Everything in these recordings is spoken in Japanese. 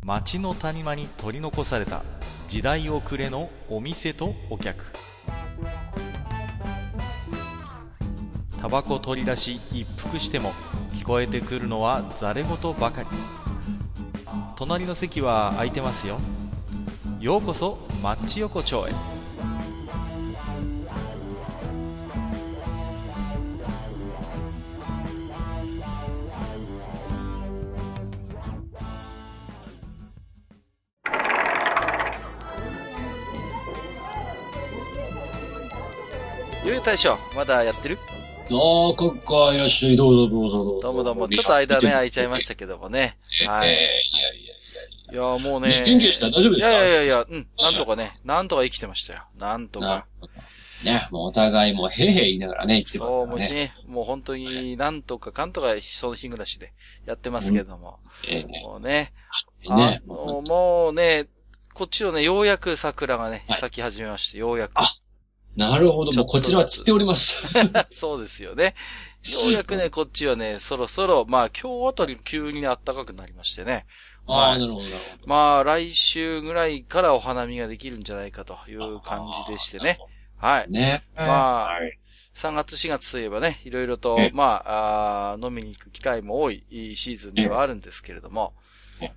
町の谷間に取り残された時代遅れのお店とお客。タバコ取り出し一服しても聞こえてくるのはざれ言ばかり。隣の席は空いてますよ。ようこそマッチ横丁へ。ゆう大将、まだやってる？ かっか、いらっしゃい、どうぞどうぞどうぞ。 どうもどうも、ちょっと間ね、空いちゃいましたけどもね。はい。いや、もうね。 元気でした？大丈夫ですか？ いや、なんとかね、なんとか生きてましたよ。なんとか。 ね、もうお互いもうへいへい言いながらね、生きてますからね。そう、もうね、 もう本当になんとかかんとかその日暮らしでやってますけども。もうね。もうね、こっちのね、ようやく桜がね、咲き始めまして、ようやく。 なるほど。もうこちらは散っております。 そうですよね。ようやくね、こっちはね、そろそろ、まあ今日あたり急に暖かくなりましてね。 なるほど、なるほど。 まあ来週ぐらいからお花見ができるんじゃないかという感じでしてね。はい。 ね。 まあ、3月4月といえばね、いろいろと、まあ、飲みに行く機会も多いシーズンではあるんですけれども。ね、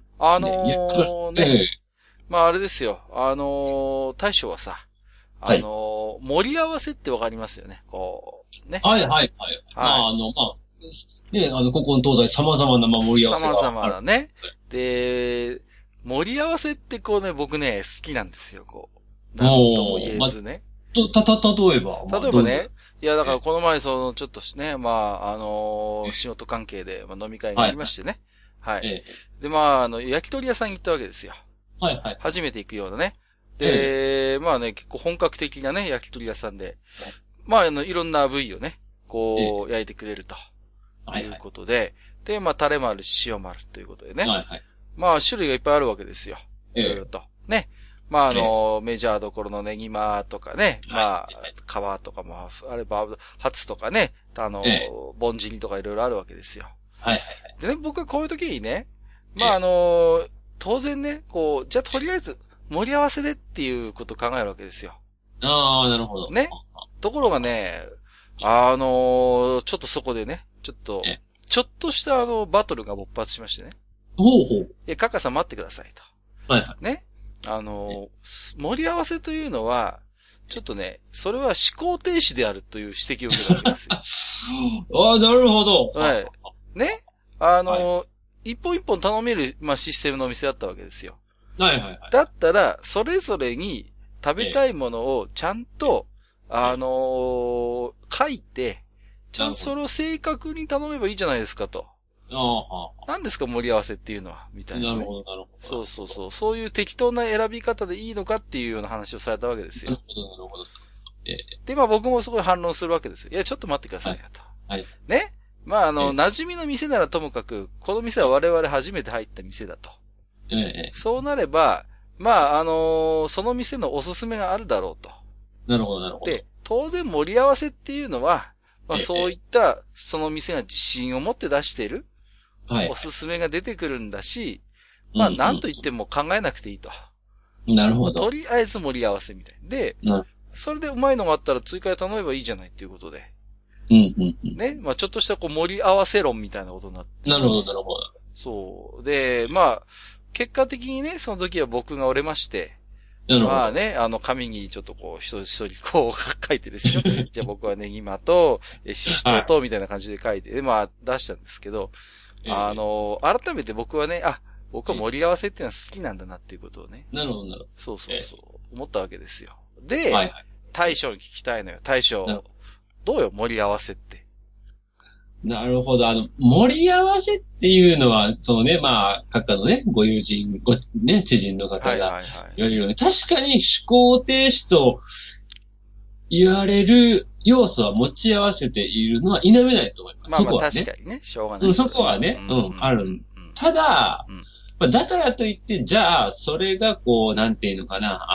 まああれですよ。大将はさ、盛り合わせってわかりますよね。こう、ね。 はい。まあ、ね、ここの東西様々な盛り合わせが。 様々なね。で、盛り合わせってこうね、僕ね、好きなんですよ、こう。なんとも言えずね。 例えばね。いや、だからこの前、ちょっとね、まあ、仕事関係で、飲み会がありましてね。はい。で、まあ、焼き鳥屋さんに行ったわけですよ。初めて行くようなね。で、まあね、結構本格的なね、焼き鳥屋さんで、まあ、いろんな部位をね、こう、焼いてくれると。いうことで、で、まあ、タレもあるし、塩もあるということでね。まあ、種類がいっぱいあるわけですよ。いろいろと。ね。まあ、メジャーどころのネギマとかね、まあ、皮とかもあれば、ハツとかね、ボンジニとかいろいろあるわけですよ。でね、僕はこういう時にね、まあ、当然ね、こう、じゃあとりあえず、盛り合わせでっていうことを考えるわけですよ。 なるほど。 ね。ところがね、ちょっとそこでね、ちょっとしたバトルが勃発しましてね。カッカさん待ってくださいと。ね。盛り合わせというのは、ちょっとね、それは思考停止であるという指摘を受けたわけですよ。 なるほど。 ね。一本一本頼める、まあ、システムのお店だったわけですよ。だったら、それぞれに食べたいものをちゃんと、書いて、ちゃんとそれを正確に頼めばいいじゃないですかと。何ですか盛り合わせっていうのはみたいな、ね。 なるほど。 そういう適当な選び方でいいのかっていうような話をされたわけですよ。 なるほど。 で、まあ僕もそこで反論するわけですよ。いや、ちょっと待ってくださいよと。ね。まあ馴染みの店ならともかく、この店は我々初めて入った店だと。そうなれば、まあその店のおすすめがあるだろうと。 なるほど。 で、当然盛り合わせっていうのは、まあそういった、その店が自信を持って出している、おすすめが出てくるんだし、まあ何と言っても考えなくていいと。 なるほど。 とりあえず盛り合わせみたい。で、それでうまいのがあったら追加で頼めばいいじゃないっていうことで。ね。まあちょっとしたこう盛り合わせ論みたいなことになって、 なるほど。 そう。で、まあ、結果的にね、その時は僕が折れまして、まあね、紙にちょっとこう、一人こう書いてですよ。じゃあ僕はネギマと、シシトウと、みたいな感じで書いて、まあ出したんですけど、改めて僕はね、僕は盛り合わせっていうのは好きなんだなっていうことをね。 なるほど。 そう、思ったわけですよ。で、大将に聞きたいのよ。大将、どうよ、盛り合わせって。 なるほど。盛り合わせっていうのは、まあ、各家のね、ご友人、知人の方が言われるよね。確かに思考停止と言われる要素は持ち合わせているのは否めないと思います。 まあ確かにね、しょうがない。 そこはね、ある。ただ、だからといって、じゃあ、それがこう、なんていうのかな、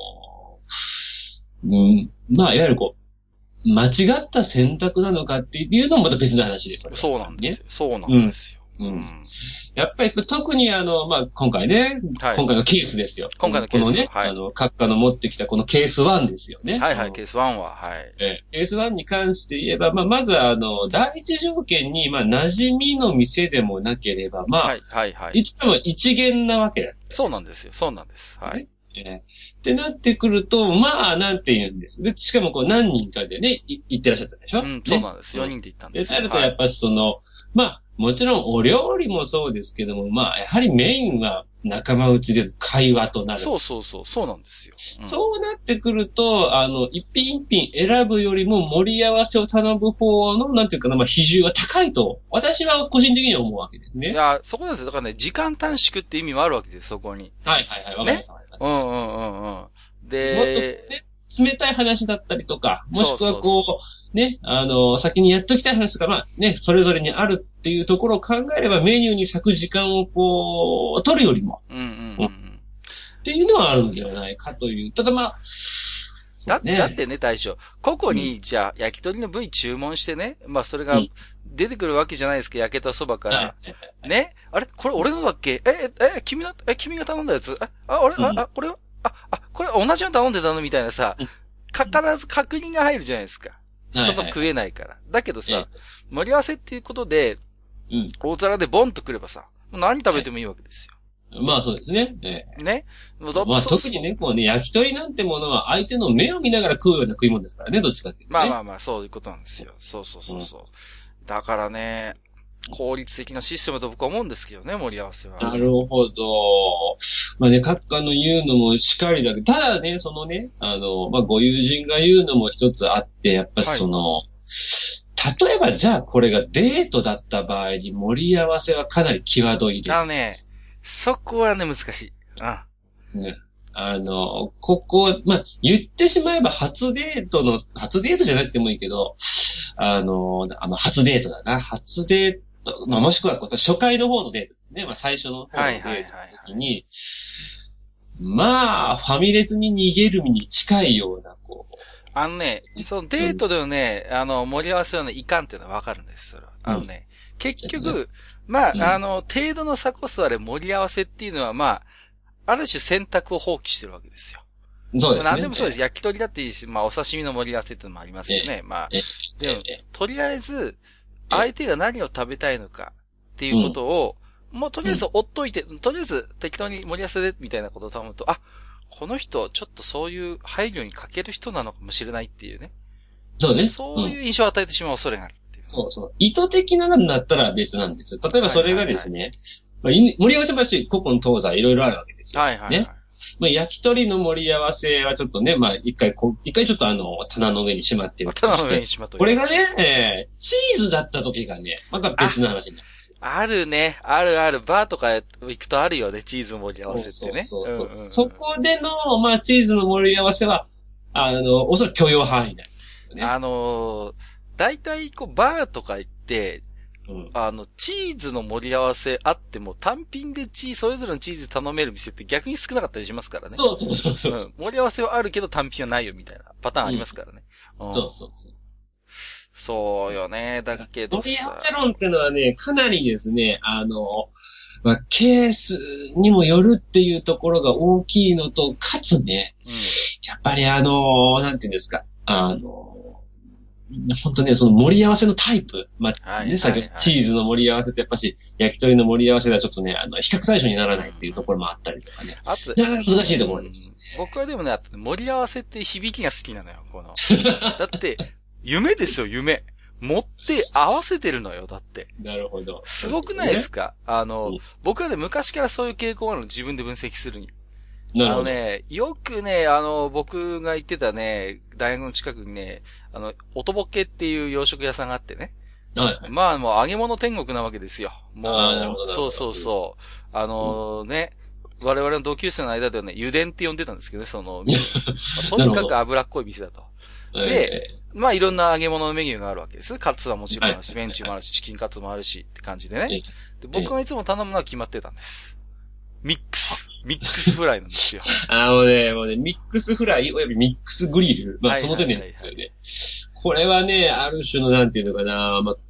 まあ、いわゆるこう、間違った選択なのかっていうのもまた別の話です。 そうなんですよ。そうなんですよ。 うん。やっぱり特に今回ね、はい、今回のケースですよ。 今回のケース。 このね、はい、閣下の持ってきたこのケース1ですよね。 はいはい、ケース1は、はい。 ケース1に関して言えば、まず第一条件に、馴染みの店でもなければ、 はいはいはい。 いつでも一元なわけだ。 そうなんですよ、そうなんです。はい。 ってなってくると、なんて言うんです。で、しかも何人かでね、行ってらっしゃったでしょ？ うん、そうなんです。4人で行ったんです。 で、なるとやっぱりもちろんお料理もそうですけども、やはりメインは仲間内で会話となる。 そうなんですよ。 そうなってくると、一品一品選ぶよりも盛り合わせを頼む方の、なんていうかな、比重が高いと、私は個人的には思うわけですね。 いや、そこですよ。だからね、時間短縮って意味もあるわけです、そこに。 はいはいはい、わかりました。 うん。 で、もっとね、冷たい話だったりとか、もしくはね、先にやっときたい話とか、それぞれにあるっていうところを考えれば、メニューに割く時間を取るよりも、っていうのはあるんではないかという。ただだってね、大将。個々に、じゃあ、焼き鳥の部位注文してね、それが出てくるわけじゃないですか、焼けたそばから。ね、あれこれ俺のだっけ君が頼んだやつこれはこれ同じの頼んでたのみたいなさ、必ず確認が入るじゃないですか。人と食えないから。だけどさ、盛り合わせっていうことで、大皿でボンとくればさ、何食べてもいいわけですよ。 そうですね。 ね。 特にね、焼き鳥なんてものは相手の目を見ながら食うような食い物ですからね、どっちかっていうと、ね。 そういうことなんですよ。そう。だからね、効率的なシステムと僕は思うんですけどね、盛り合わせは。 なるほど。閣下の言うのもしかりだけど、ただね、ご友人が言うのも一つあって、やっぱ例えばじゃあこれがデートだった場合に盛り合わせはかなり際どいです。 そこはね、難しい。 ね。言ってしまえば初デートじゃなくてもいいけど、初デートだな。初デート、もしくは初回の方のデートですね。最初の方のデートの時に、ファミレスに逃げる身に近いような、 そのデートでのね、盛り合わせのいかんっていうのはわかるんです、それは。結局、程度の差こそあれ盛り合わせっていうのは、ある種選択を放棄してるわけですよ。 そうですね。 何でもそうです。焼き鳥だっていいし、お刺身の盛り合わせっていうのもありますよね。でも、とりあえず、相手が何を食べたいのかっていうことを、もうとりあえず追っといて、とりあえず適当に盛り合わせでみたいなことを頼むと、この人、ちょっとそういう配慮に欠ける人なのかもしれないっていうね。 そうね。 そういう印象を与えてしまう恐れがあるっていう。 そう。意図的なのになったら別なんですよ。例えばそれがですね、盛り合わせ場所、古今東西いろいろあるわけですよ。ね。焼き鳥の盛り合わせはちょっとね、一回ちょっと棚の上にしまっておきまして。 棚の上にしまっておきこれがね、チーズだった時がね、また別の話になる。 あるね。ある。バーとか行くとあるよね。チーズ盛り合わせってね。 そう。そこでの、チーズの盛り合わせは、おそらく許容範囲なんですよね。 大体バーとか行って、チーズの盛り合わせあっても単品でそれぞれのチーズ頼める店って逆に少なかったりしますからね。 そう。 盛り合わせはあるけど単品はないよみたいなパターンありますからね。 そう。 そうよね。だけど盛り合わせ論ってのはね、かなりですね、ケースにもよるっていうところが大きいのと、かつね、やっぱりなんていうんですか、本当ね、その盛り合わせのタイプ。さっきチーズの盛り合わせとやっぱし、焼き鳥の盛り合わせではちょっとね、比較対象にならないっていうところもあったりとかね。なかなか難しいところですよね。 僕はでもね、盛り合わせって響きが好きなのよ、だって、夢ですよ、夢。持って合わせてるのよ、だって。 なるほど。 すごくないですか？僕はね、昔からそういう傾向があるの自分で分析するに。よくね、僕が行ってたね、大学の近くにね、音ボケっていう洋食屋さんがあってね。もう揚げ物天国なわけですよ。もう、そう。ね、我々の同級生の間ではね、油田って呼んでたんですけどね、とにかく脂っこい店だと。で、いろんな揚げ物のメニューがあるわけです。カツはもちろんあるし、メンチもあるし、チキンカツもあるしって感じでね。で僕がいつも頼むのは決まってたんです。ミックスフライなんですよ。 もうね、ミックスフライおよびミックスグリル。その手ですよね。これはね、ある種のなんていうのかな、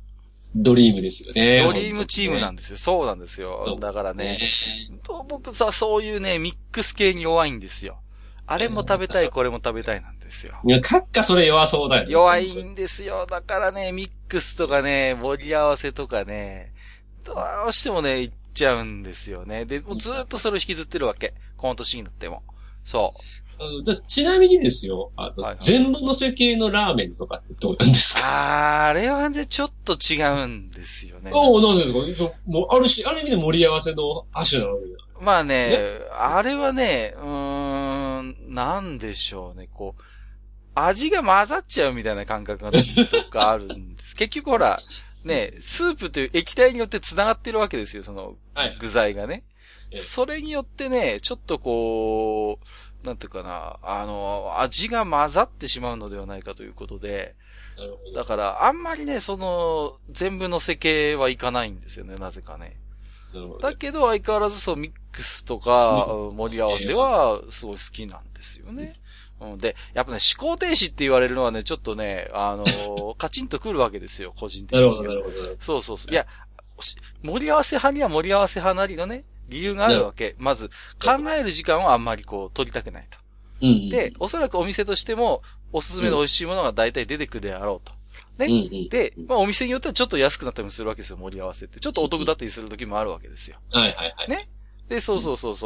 ドリームですよね。 ドリームチームなんですよ。そうなんですよ。だからね、僕さ、そういうね、ミックス系に弱いんですよ。あれも食べたい、これも食べたいなんですよ。 いや、閣下それ弱そうだよね。 弱いんですよ。だからね、ミックスとかね、盛り合わせとかね、どうしてもね、いっちゃうんですよね。で、もうずっとそれを引きずってるわけ。この年になっても。そう。 ちなみにですよ、全部のせ系のラーメンとかってどうなんですか？ あれはね、ちょっと違うんですよね。 なんでですか？もう、ある意味で盛り合わせの亜種なわけだ。 まあね、あれはね、なんでしょうね、こう、味が混ざっちゃうみたいな感覚がどっかあるんです。結局ほら、ね、スープという液体によって繋がってるわけですよ、その、具材がね。それによってね、ちょっとこう、なんていうかな、味が混ざってしまうのではないかということで、だから、あんまりね、全部のせ系はいかないんですよね、なぜかね。だけど、相変わらずミックスとか、盛り合わせは、すごい好きなんですよね。で、やっぱね、思考停止って言われるのはね、ちょっとね、カチンとくるわけですよ、個人的に。 なるほど。 そう。いや、盛り合わせ派には盛り合わせ派なりのね、理由があるわけ。まず、考える時間をあんまり取りたくないと。で、おそらくお店としても、おすすめの美味しいものが大体出てくるであろうと。ね。で、お店によってはちょっと安くなったりもするわけですよ、盛り合わせって。ちょっとお得だったりする時もあるわけですよ。 はい。 ね。で、そう。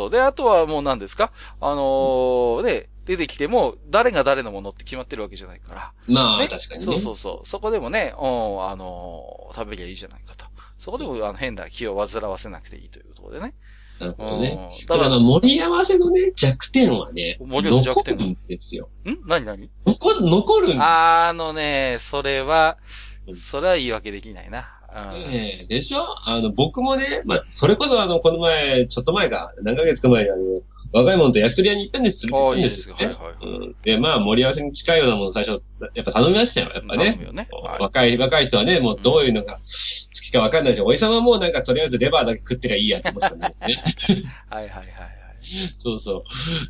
で、あとはもう何ですか？で、出てきても、誰が誰のものって決まってるわけじゃないから。 まあ、確かにね。 そう。そこでもね、食べりゃいいじゃないかと。そこでも、変な気を煩わせなくていいというところでね。 なるほどね。だから盛り合わせのね、弱点はね、 盛り合わせ弱点残るんですよ。 何残るんね、それは言い訳できないな。 でしょ？僕もね、それこそこの前、ちょっと前か、何ヶ月か前に若い者と焼き鳥屋に行ったんですよ。 いいですよ。はい。 で、盛り合わせに近いようなもの最初、やっぱ頼みましたよ、やっぱね。若い人はね、もうどういうのが好きかわかんないし、おじさんはもうとりあえずレバーだけ食ってりゃいいやって思ってたんだよね。 はい。 そう。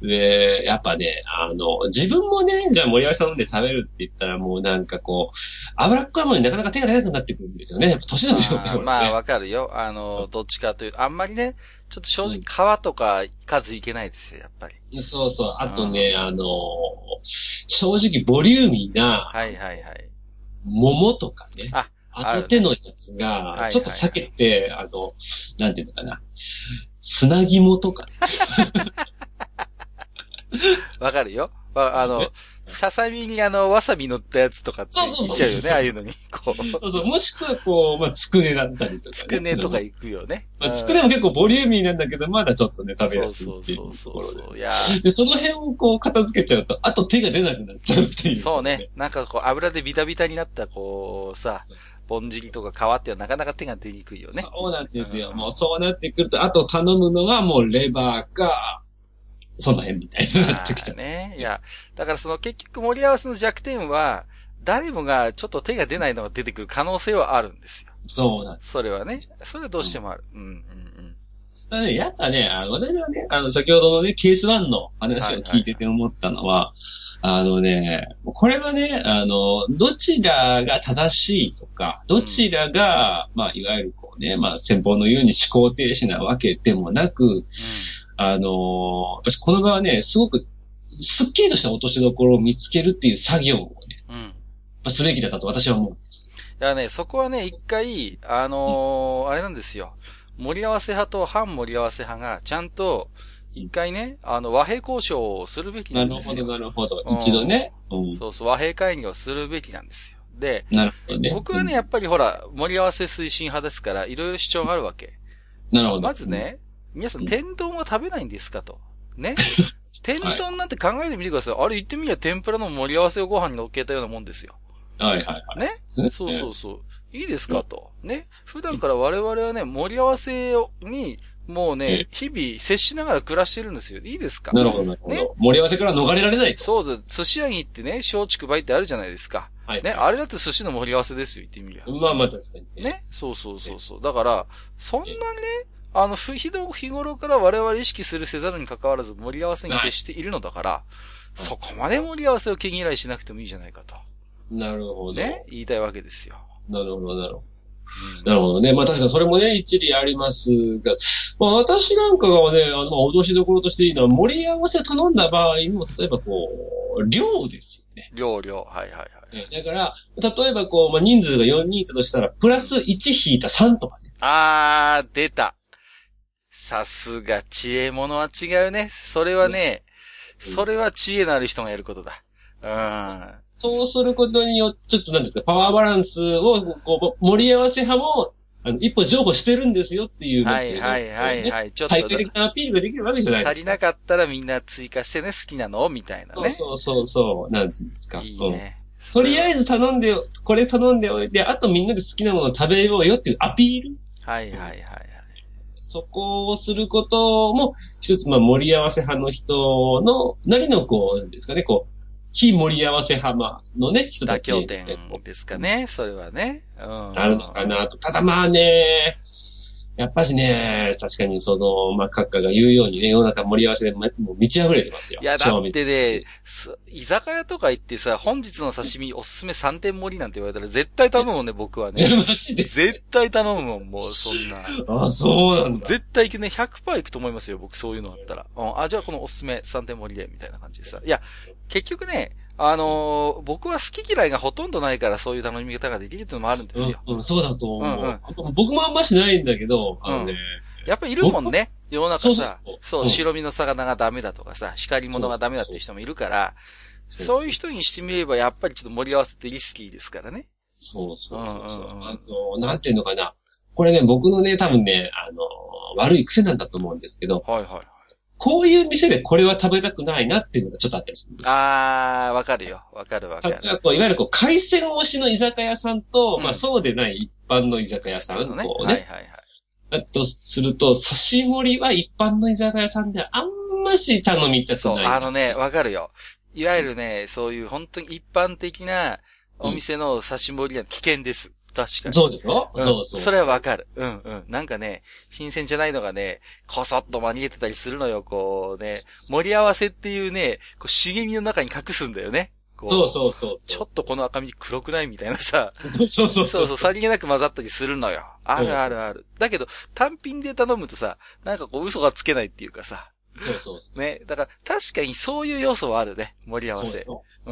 で、やっぱね、自分もね、じゃあ盛り合わせ頼んで食べるって言ったらもう脂っこいものになかなか手が出なくなってくるんですよね。やっぱ年なんでしょうね。 まあ、わかるよ。どっちかという、あんまりね、ちょっと正直皮とか数いけないですよ、やっぱり。 そう。あとね、正直ボリューミーな、 はい。 桃とかね。手のやつが、ちょっと避けて、なんていうのかな。砂肝とか。 わかるよ。ささみにわさび乗ったやつとかって言っちゃうよね、ああいうのに。 そう。もしくはつくねだったりとか、ね。 つくねとか行くよね。 つくねも結構ボリューミーなんだけど、まだちょっとね、食べやすいっていうところで。で、その辺を片付けちゃうと、あと手が出なくなっちゃうっていう、ね。 そうね。油でビタビタになったぼんじりとか皮ってはなかなか手が出にくいよね。 そうなんですよ。もうそうなってくると、あと頼むのはもうレバーか、その辺みたいになってきちゃう。 ね。いや、だから結局盛り合わせの弱点は、誰もがちょっと手が出ないのが出てくる可能性はあるんですよ。 そうなんです。 それはね。それはどうしてもある。 やっぱね、私はね、先ほどのね、ケース1の話を聞いてて思ったのは、これはね、どちらが正しいとか、どちらが、いわゆる先方の言うに思考停止なわけでもなく、私この場はね、すごく、すっきりとした落としどころを見つけるっていう作業をね、すべきだったと私は思うんです。 いやね、そこはね、一回、あれなんですよ。盛り合わせ派と反盛り合わせ派が、ちゃんと、一回ね、和平交渉をするべきなんですよ。 なるほど。一度ね。 そう、和平会議をするべきなんですよ。で、 なるほどね。 僕はね、やっぱりほら、盛り合わせ推進派ですから、いろいろ主張があるわけ。 なるほど。 まずね、皆さん、天丼は食べないんですかと。ね。天丼なんて考えてみてください。あれ言ってみりゃ天ぷらの盛り合わせをご飯に乗っけたようなもんですよ。 はい。 ね。そう。いいですかと。ね。普段から我々はね、盛り合わせに、もうね、日々接しながら暮らしてるんですよ。いいですか？ なるほど。ね。盛り合わせから逃れられないと。 そうです。寿司屋に行ってね、松竹梅ってあるじゃないですか。はい。ね。あれだって寿司の盛り合わせですよ、言ってみりゃ。 まあ確かに。 ね。そう。だから、そんなね、日頃から我々意識するせざるに関わらず盛り合わせに接しているのだから、そこまで盛り合わせを毛嫌いしなくてもいいじゃないかと。 なるほど。 ね。言いたいわけですよ。 なるほど。 なるほどね。まあ確かにそれもね、一理ありますが、まあ私なんかがね、脅しどころとしていいのは、盛り合わせを頼んだ場合にも、例えば量ですよね。 量、はいはいはい。 だから、例えばまあ人数が4人いたとしたら、プラス1引いた3とかね。 出た。さすが、知恵者は違うね。それはね、それは知恵のある人がやることだ。 そうすることによって、ちょっと何ですか、パワーバランスを、盛り合わせ派も、一歩譲歩してるんですよっていう。 はい。 ちょっと。対外的なアピールができるわけじゃないですか。 足りなかったらみんな追加してね、好きなのみたいなね。 そう。なんていうんですか。 いいね。 とりあえずこれ頼んでおいて、あとみんなで好きなものを食べようよっていうアピール。 はい。 そこをすることも、一つ、まあ、盛り合わせ派の人の、なりのなんですかね、非盛り合わせ派のね、人たち。 妥協点ですかね、それはね。 あるのかなと。ただまあね、やっぱしね、確かにまあ、閣下が言うようにね、世の中盛り合わせでもう満ち溢れてますよ。 いや、だってね、居酒屋とか行ってさ、本日の刺身おすすめ3点盛りなんて言われたら絶対頼むもんね、僕はね。 マジで絶対頼むもん、もうそんな。 そうなんだ。 絶対行くね、100% 行くと思いますよ、僕そういうのあったら。じゃあこのおすすめ3点盛りで、みたいな感じでさ。いや、結局ね、僕は好き嫌いがほとんどないからそういう頼み方ができるっていうのもあるんですよ。 そうだと思う。僕もあんましないんだけど、 やっぱいるもんね。世の中さ、白身の魚がダメだとかさ、光り物がダメだっていう人もいるから、そういう人にしてみればやっぱりちょっと盛り合わせってリスキーですからね。 そう。なんていうのかな。これね、僕のね、多分ね、悪い癖なんだと思うんですけど、こういう店でこれは食べたくないなっていうのがちょっとあったりするんですよ。 わかるよ。わかる。 いわゆる海鮮推しの居酒屋さんと、まあそうでない一般の居酒屋さん、だとすると、刺し盛りは一般の居酒屋さんであんまし頼みたくない。 わかるよ。いわゆるね、そういう本当に一般的なお店の刺し盛りは危険です。確かに。 そうでしょ、 それはわかる。なんかね、新鮮じゃないのがね、こそっと紛れてたりするのよ、盛り合わせっていうね、茂みの中に隠すんだよね。 そう。 ちょっとこの赤身黒くないみたいなさ。 そう。 さりげなく混ざったりするのよ。ある。だけど、単品で頼むとさ、なんか嘘がつけないっていうかさ。 そう。 ね。だから、確かにそういう要素はあるね。盛り合わせ。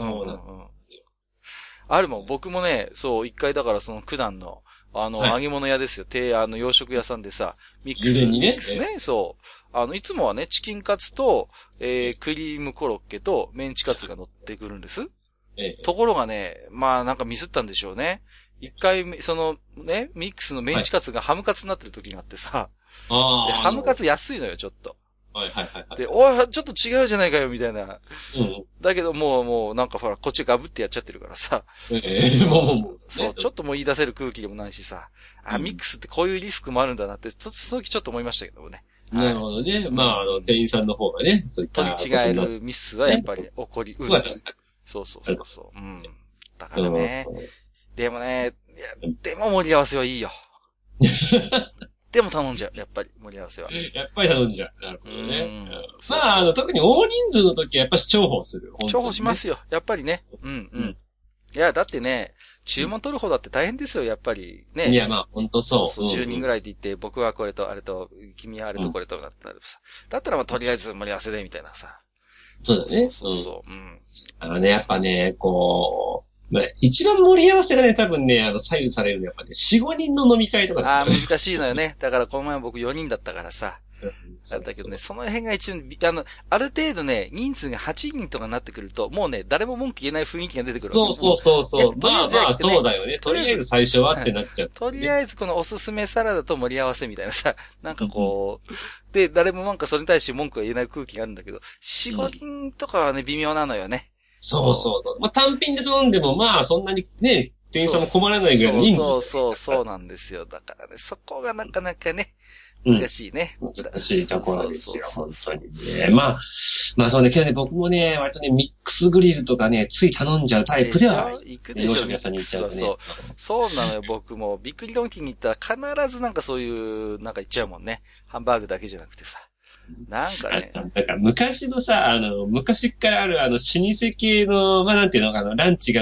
あるもん。僕もね、一回だから九段の、揚げ物屋ですよ。洋食屋さんでさ、ミックスね。いつもはね、チキンカツと、クリームコロッケとメンチカツが乗ってくるんです。ところがね、まあなんかミスったんでしょうね。一回、ミックスのメンチカツがハムカツになってる時があってさ、ハムカツ安いのよ、ちょっと。で、ちょっと違うじゃないかよ、みたいな。だけどもう、なんかほら、こっちガブってやっちゃってるからさ。ちょっともう言い出せる空気でもないしさ。ミックスってこういうリスクもあるんだなって、その時ちょっと思いましたけどもね。 なるほどね。まあ、店員さんの方がね、そういった。 取り違えるミスはやっぱり起こりうる。そう。だからね。でもね、でも盛り合わせはいいよ。でも頼んじゃう。やっぱり盛り合わせは。 やっぱり頼んじゃう。なるほどね。まあ、特に大人数の時はやっぱし重宝する。 重宝しますよ。やっぱりね。いや、だってね、注文取る方だって大変ですよ、やっぱり。ね。 いや、まあ、ほんとそう。 10人ぐらいで行って、僕はこれとあれと、君はあれとこれとだったらさ。だったらまあ、とりあえず盛り合わせで、みたいなさ。 そうだね。やっぱね、まあ、一番盛り合わせがね、多分ね、左右されるのはやっぱね、4、5人の飲み会とかだ、ね。難しいのよね。だからこの前僕4人だったからさ。だったけどね、その辺が一番、ある程度ね、人数が8人とかになってくると、もうね、誰も文句言えない雰囲気が出てくるわけ。 そう。まあ、そうだよね。とりあえず最初はってなっちゃう。 とりあえずこのおすすめサラダと盛り合わせみたいなさ、なんかで、誰もなんかそれに対して文句が言えない空気があるんだけど、4、5人とかはね、微妙なのよね。 そう。まあ、単品で頼んでも、まあ、そんなにね、店員さんも困らないぐらいの人数。 そうなんですよ。だからね、そこがなかなかね、難しいね。 難しいところですよ、本当にね。まあそうね、けどね、僕もね、割とね、ミックスグリルとかね、つい頼んじゃうタイプでは行くでしょ、 皆さんに行っちゃうとね。 そうなのよ、僕も。ビックリドンキーに行ったら必ずなんかそういう、なんか行っちゃうもんね。ハンバーグだけじゃなくてさ。なんかね。 だから昔のさ、昔からある老舗系の、まあなんていうのかな、ランチが、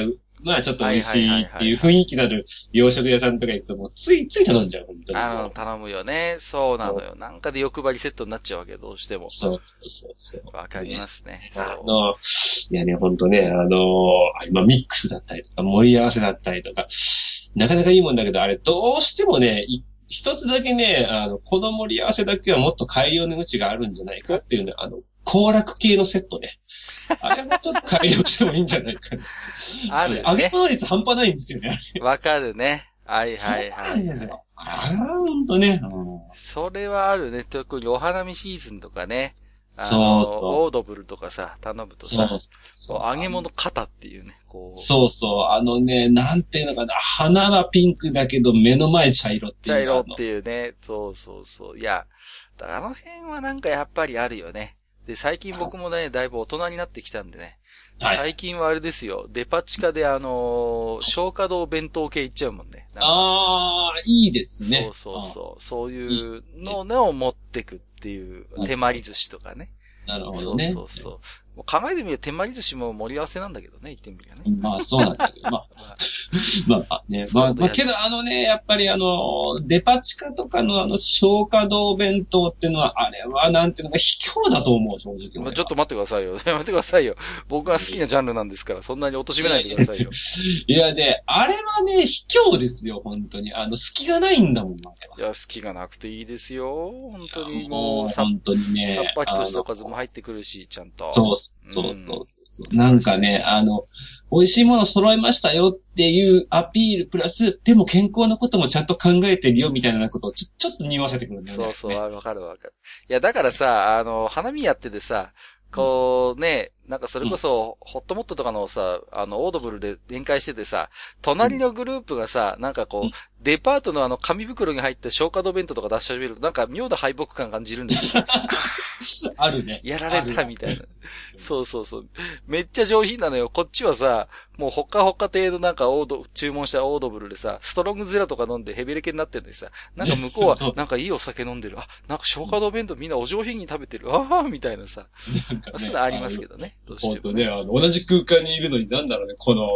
まあちょっと美味しいっていう雰囲気のある洋食屋さんとか行くともうついつい頼んじゃう、本当に。 頼むよね。そうなのよ。なんかで欲張りセットになっちゃうわけ、どうしても。 そう。 わかりますね。 いやね、本当ね、今ミックスだったりとか、盛り合わせだったりとか、なかなかいいもんだけど、あれどうしてもね、一つだけね、この盛り合わせだけはもっと改良の余地があるんじゃないかっていうね、行楽系のセットね。あれもちょっと改良してもいいんじゃないかな。 あるね。 揚げ物率半端ないんですよね。 わかるね。はい。 ほんとね。 それはあるね。特にお花見シーズンとかね。オードブルとかさ、頼むとさ、揚げ物型っていうね、こう。 なんていうのかな、花はピンクだけど目の前茶色っていう。 茶色っていうね、そう。いや、あの辺はなんかやっぱりあるよね。で、最近僕もね、だいぶ大人になってきたんでね。はい、最近はあれですよ、デパ地下で松花堂弁当系行っちゃうもんね。 いいですね。 そういうのを持ってくっていう、手まり寿司とかね。 なるほどね。 そう。考えてみれば手まり寿司も盛り合わせなんだけどね、言ってみりゃね。 まあそうなんだけど、まあね。けどやっぱりデパ地下とかの松花堂弁当ってのは、あれはなんていうのか卑怯だと思う、正直。 ちょっと待ってくださいよ。待ってくださいよ。僕が好きなジャンルなんですから、そんなに貶めないでくださいよ。 いやね、あれはね、卑怯ですよ、本当に。隙がないんだもん、あれは。 いや、隙がなくていいですよ。本当にもう、 本当にね。 さっぱりとしたおかずも入ってくるし、ちゃんと。 そう。なんかね、美味しいもの揃いましたよっていうアピールプラス、でも健康のこともちゃんと考えてるよみたいなことをちょっと匂わせてくるんだよね。 そう、わかる。いや、だからさ、花見やっててさ、こうね、なんかそれこそ、ホットモットとかのさ、オードブルで展開しててさ、隣のグループがさ、なんかこう、デパートの紙袋に入った松花堂弁当とか出し始めると、なんか妙な敗北感感じるんですよ。 あるね。 やられたみたいな。そう。めっちゃ上品なのよ。こっちはさ、もうほかほか程度なんか注文したオードブルでさ、ストロングゼラとか飲んでヘビレケになってるのにさ、なんか向こうはなんかいいお酒飲んでる。なんか松花堂弁当みんなお上品に食べてる。みたいなさ。そういうのありますけどね。 本当ね、同じ空間にいるのになんだろうね、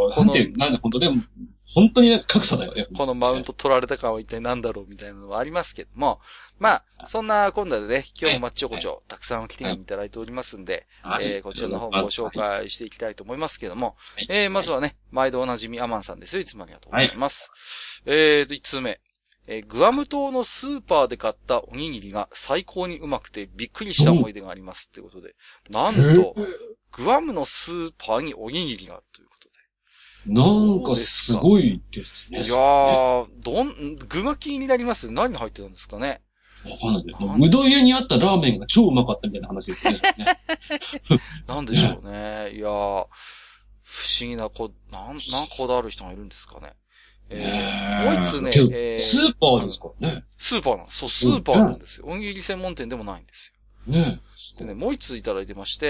本当に格差だよね。 このマウント取られた感は一体何だろうみたいなのはありますけども。まあ、そんな今度でね、今日もマッチ横丁、たくさん来ていただいておりますんで、こちらの方もご紹介していきたいと思いますけども、まずはね、毎度おなじみアマンさんです。いつもありがとうございます。1通目。グアム島のスーパーで買ったおにぎりが最高にうまくてびっくりした思い出がありますってことで、なんと、グアムのスーパーにおにぎりがあるということで。 なんかすごいですね。 いやー、具が気になります。何が入ってたんですかね。 わかんないね。うどん屋にあったラーメンが超うまかったみたいな話ですね。 なんでしょうね。いやー、不思議ななんこだわる人がいるんですかね。もう一つね、 スーパーですかね。 スーパーなんです。そう、スーパーなんですよ。おにぎり専門店でもないんですよ。ねでね、もう一ついただいてまして、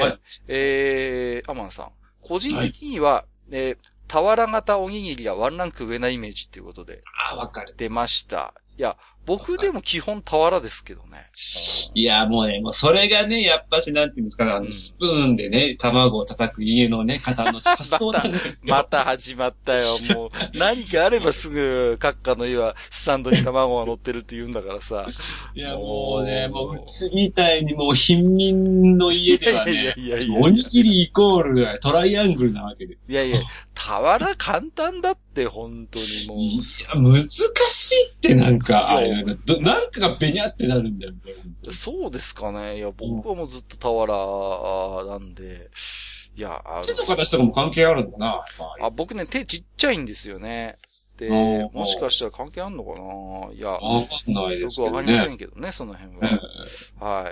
アマンさん。個人的には、俵型おにぎりはワンランク上なイメージっていうことで。 わかる。 出ました。いや、僕でも基本俵ですけどね。 いや、もうそれがね、やっぱしなんていうんですかね、スプーンでね、卵を叩く家のね、方の発想なんですよ。 また始まったよ。もう、何かあればすぐ、閣下の家はスタンドに卵が乗ってるって言うんだからさ。 いや、もうね、うちみたいにもう貧民の家ではね、おにぎりイコールトライアングルなわけです。 いや、俵簡単だって、本当にもう。いや、難しいってなんか、なんかがベニャってなるんだよね。 そうですかね。いや、僕はもうずっと俵なんで、いや、 手の形とかも関係あるのかな。 僕ね、手ちっちゃいんですよね。で、もしかしたら関係あるのかな。いや、 わかんないですよくわかりませんけどね、その辺は。はい。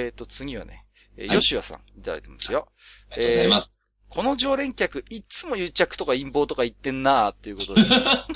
次はね、吉谷さんいただいてますよ。 ありがとうございます。 この常連客、いつも癒着とか陰謀とか言ってんなーっていうことで。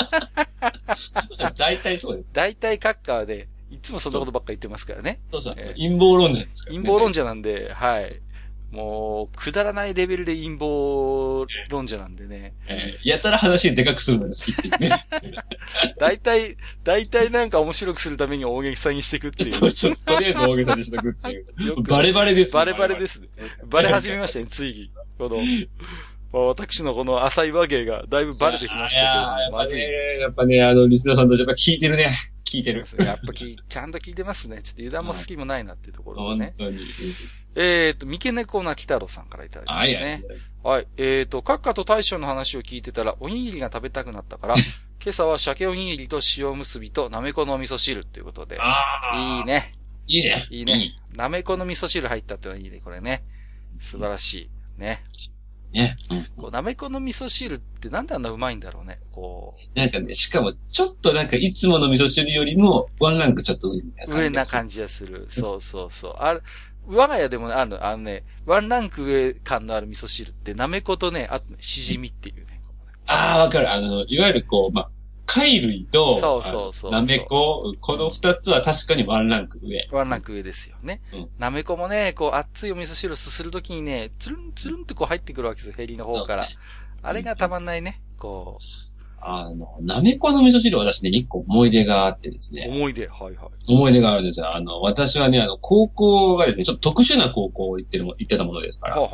大体そうです。 大体閣下で、いつもそんなことばっか言ってますからね。 そう。陰謀論者ですからね。陰謀論者なんで、はい。もう、くだらないレベルで陰謀論者なんでね。 やたら話でかくするのが好きっていうね。 大体なんか面白くするために大げさにしていくっていう。 ストレート大げさにしていくっていう。バレバレです。 バレバレですね。バレ始めましたね、ついに。 私のこの浅い和芸がだいぶバレてきましたけど。 やっぱね、リスナーさんたちやっぱ聞いてるね。聞いてる。 やっぱちゃんと聞いてますね。ちょっと油断も好きもないなっていうところでね。 本当に。 三毛猫なきたろうさんからいただきますね。はい。閣下と大将の話を聞いてたら、おにぎりが食べたくなったから、今朝は鮭おにぎりと塩結びとなめこの味噌汁ということで。いいね。 いいね。 いいね。なめこの味噌汁入ったってのはいいね、これね。素晴らしい。ね。 ね。 なめこの味噌汁ってなんであんなうまいんだろうね。 なんかね、しかもちょっとなんかいつもの味噌汁よりもワンランクちょっと上な感じがする。そうそうそう。我が家でもあるワンランク上感のある味噌汁って、なめことね、あとね、しじみっていうね。 わかる。いわゆる貝類と、 そうなめこ、この二つは確かにワンランク上。 ワンランク上ですよね。なめこもね、熱いお味噌汁をすするときにね、つるんつるんって入ってくるわけですよ、ヘリの方から。あれがたまんないね、 なめこの味噌汁は私ね、一個思い出があってですね。 思い出があるんですよ。私はね、高校がですね、ちょっと特殊な高校を行ってたものですから。ご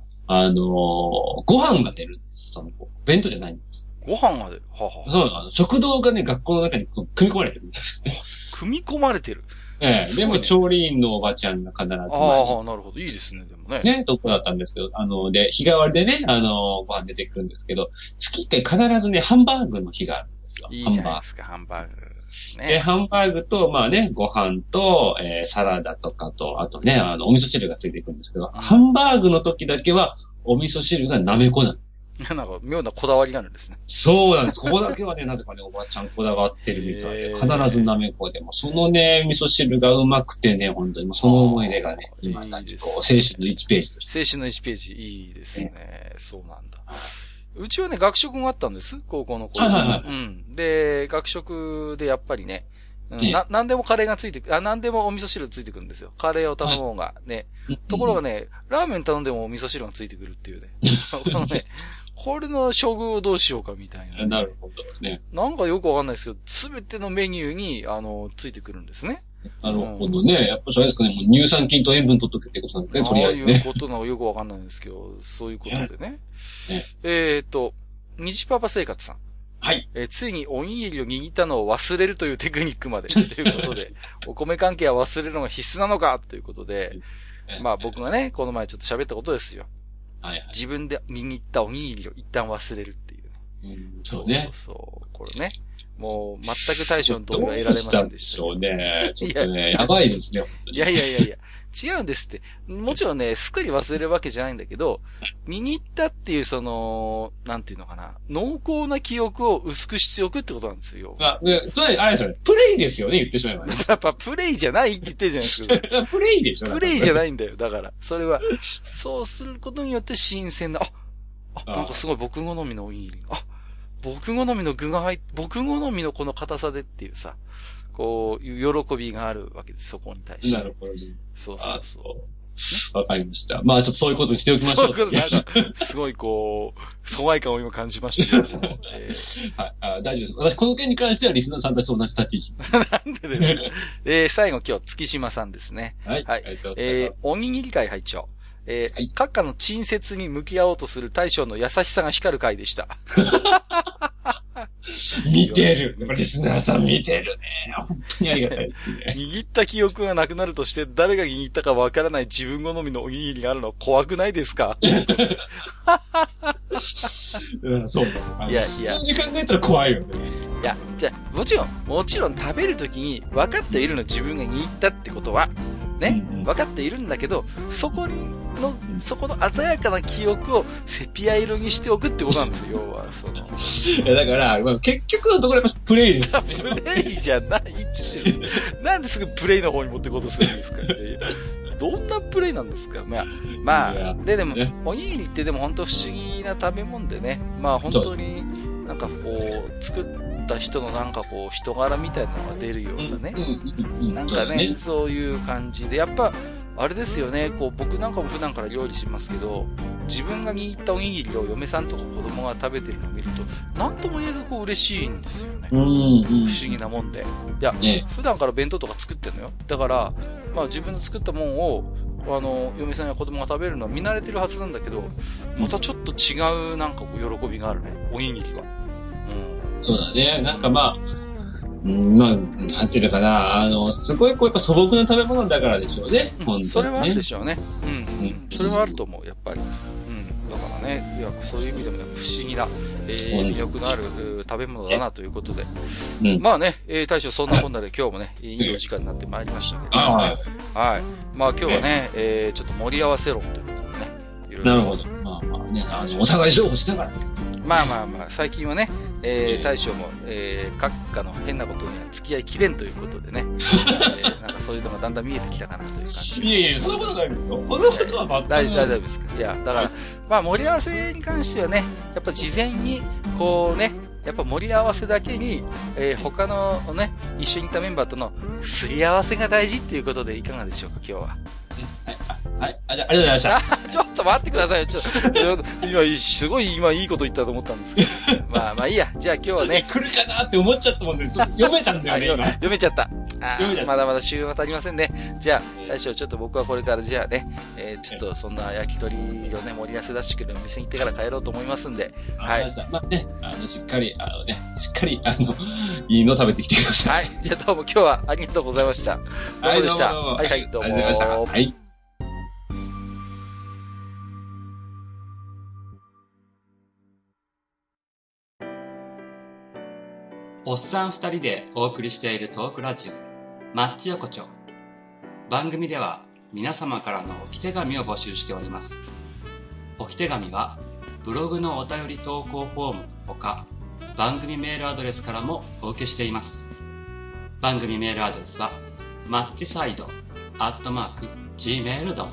飯が出るんです。弁当じゃないんです。 ご飯が出る。 そう、食堂がね、学校の中に組み込まれてるんですよ。 組み込まれてる。 でも、調理員のおばちゃんが必ず。なるほど。いいですね、でもね。 ね、とこだったんですけど、で、日替わりでね、ご飯出てくるんですけど、月1回必ずね、ハンバーグの日があるんですよ。 いいじゃないですか、ハンバーグ。 ね。で、ハンバーグと、ご飯と、サラダとかと、あとね、お味噌汁がついていくんですけど、ハンバーグの時だけは、お味噌汁がなめこなの。 なんか、妙なこだわりがあるんですね。 そうなんです。ここだけはね、なぜかね、おばちゃんこだわってるみたいで、必ずなめこでも、そのね、味噌汁がうまくてね、本当に、その思い出がね、今だに青春の1ページとして。 青春の1ページ、いいですね。そうなんだ。うちはね、学食もあったんです。高校の頃。で、学食でやっぱりね、なんでもカレーがついてく、なんでもお味噌汁ついてくるんですよ。カレーを頼もうが、ね。ところがね、ラーメン頼んでもお味噌汁がついてくるっていうね。これの処遇をどうしようかみたいな。 なるほどね。 なんかよくわかんないですけど、すべてのメニューに、ついてくるんですね。 なるほどね。やっぱそうですかね。もう乳酸菌と塩分取っとけってことなんですね、とりあえずね。 そういうことなのよくわかんないんですけど、そういうことでね。虹パパ生活さん。 はい。 ついにおにぎりを握ったのを忘れるというテクニックまでということで、お米関係は忘れるのが必須なのかということで、僕がね、この前ちょっと喋ったことですよ。自分で握ったおにぎりを一旦忘れるっていうね。 そうね。 そう。これね。もう、全く対処の通りは得られませんでした。 そうね。ちょっとね、やばいですね、本当に。 いや。違うんですって。もちろんね、すっかり忘れるわけじゃないんだけど、握ったっていうなんていうのかな、濃厚な記憶を薄くしておくってことなんですよ。 それ、あれですよね。プレイですよね、言ってしまえばね。 やっぱプレイじゃないって言ってるじゃないですか。 プレイでしょ。 プレイじゃないんだよ。だから、それは、そうすることによって新鮮な、なんかすごい僕好みのおにぎり。僕好みの具が入って、僕好みのこの硬さでっていうさ、こういう喜びがあるわけです、そこに対して。 なるほどね。 そう。 わかりました。ちょっとそういうことにしておきましょう。 そういうことなんか、すごい疎外感を今感じましたけども。 はい、大丈夫です。私、この件に関してはリスナーさんたちと同じ立ち位置。 なんでですか最後今日、月島さんですね。 はい。ありがとうございます。 おにぎり会拝聴。閣下の陳説に向き合おうとする大将の優しさが光る回でした。 見てる。リスナーさん見てるね。本当にありがたいですね。 握った記憶がなくなるとして、誰が握ったかわからない自分好みのおにぎりがあるの怖くないですかそうだ。いや。普通に考えたら怖いよね。 いや、じゃあ、もちろん食べるときに分かっているの自分が握ったってことは、ね、分かっているんだけど、そこの鮮やかな記憶をセピア色にしておくってことなんですよ、要は、 いや、だから、結局のところやっぱプレイですよね。 プレイじゃないって言ってる。なんですぐプレイの方に持っていこうとするんですかどんなプレイなんですかでも、おにぎりってでも本当不思議な食べ物でね、本当になんか作った人のなんか人柄みたいなのが出るようなね。なんかね、そういう感じで、やっぱ、あれですよね、僕なんかも普段から料理しますけど、自分が握ったおにぎりを嫁さんとか子供が食べてるのを見ると、なんとも言えず嬉しいんですよね。不思議なもんで。いや、普段から弁当とか作ってんのよ。だから、自分の作ったもんを、 嫁さんや子供が食べるのは見慣れてるはずなんだけど、またちょっと違うなんか喜びがあるね、おにぎりが。 そうだね。なんかまあ、なんていうのかな、すごいやっぱ素朴な食べ物だからでしょうね。本当にね。 それはあるでしょうね。それはあると思う、やっぱり。だからね、いや、そういう意味でも不思議な、魅力のある食べ物だなということで。まあね、大将そんなこんなで今日もね、いいお時間になってまいりましたけど、はい。まあ今日はね、ちょっと盛り合わせ論ということでね。 なるほど。まあね、お互い情報しながら。 まあ、最近はね、大将も、閣下の変なことには付き合いきれんということでね、なんかそういうのがだんだん見えてきたかなという感じ。 いやいや、そんなことないですよ。そんなことは大丈夫ですか。いや、だから、まあ盛り合わせに関してはね、やっぱ事前に、こうね、やっぱ盛り合わせだけに、他のね、一緒にいたメンバーとのすり合わせが大事っていうことでいかがでしょうか、今日は。 はい。じゃあ、ありがとうございました。 ちょっと待ってくださいよ。すごい今いいこと言ったと思ったんですけど。まあいいや。じゃあ今日はね。 来るかなって思っちゃったもんね。ちょっと読めたんだよね、今。 読めちゃった。まだまだ週は足りませんね。じゃあ、大将、ちょっと僕はこれからじゃあね、ちょっとそんな焼き鳥をね、盛り合わせ出してくる店に行ってから帰ろうと思いますんで。 はい。まあね、しっかり、いいの食べてきてください。はい。じゃあどうも今日はありがとうございました。どうもでした。はい、どうも。ありがとうございました。はい。 おっさん二人でお送りしているトークラジオ、マッチ横丁。番組では皆様からの置き手紙を募集しております。置き手紙はブログのお便り投稿フォームのほか、番組メールアドレスからもお受けしています。番組メールアドレスはマッチサイド@gmail.com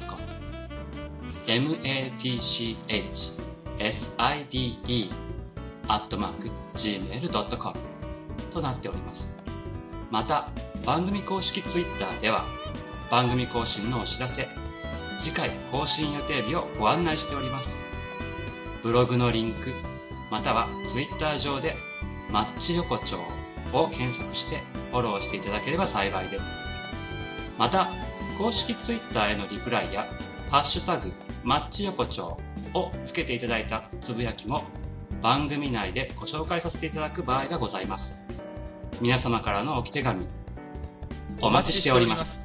matchside@gmail.comとなっております。また、番組公式ツイッターでは番組更新のお知らせ、次回更新予定日をご案内しております。ブログのリンク、またはツイッター上でマッチ横丁を検索してフォローしていただければ幸いです。また、公式ツイッターへのリプライやハッシュタグマッチ横丁をつけていただいたつぶやきも番組内でご紹介させていただく場合がございます。皆様からの置き手紙お待ちしております。